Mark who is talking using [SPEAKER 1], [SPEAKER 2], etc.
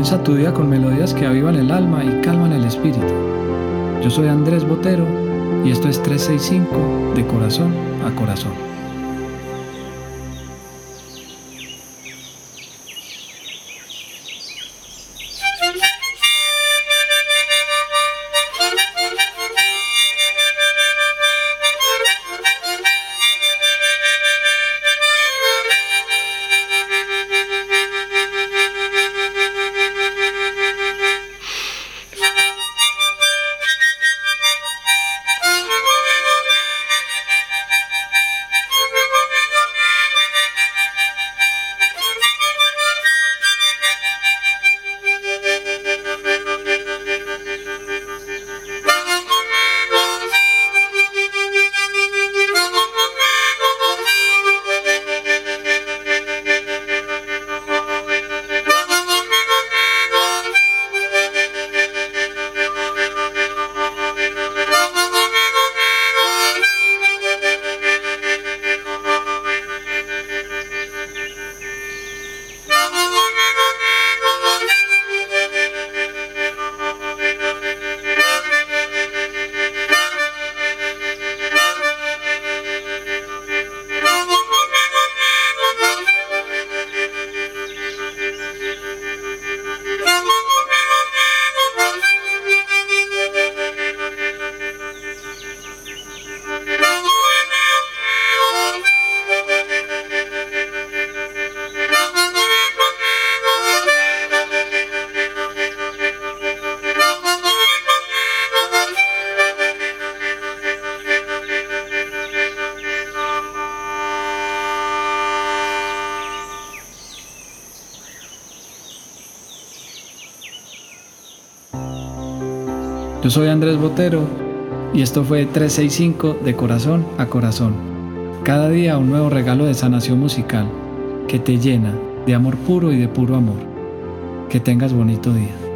[SPEAKER 1] Comienza tu día con melodías que avivan el alma y calman el espíritu. Yo soy Andrés Botero y esto es 365 de corazón a corazón. Yo soy Andrés Botero y esto fue 365 de corazón a corazón. Cada día un nuevo regalo de sanación musical que te llena de amor puro y de puro amor. Que tengas bonito día.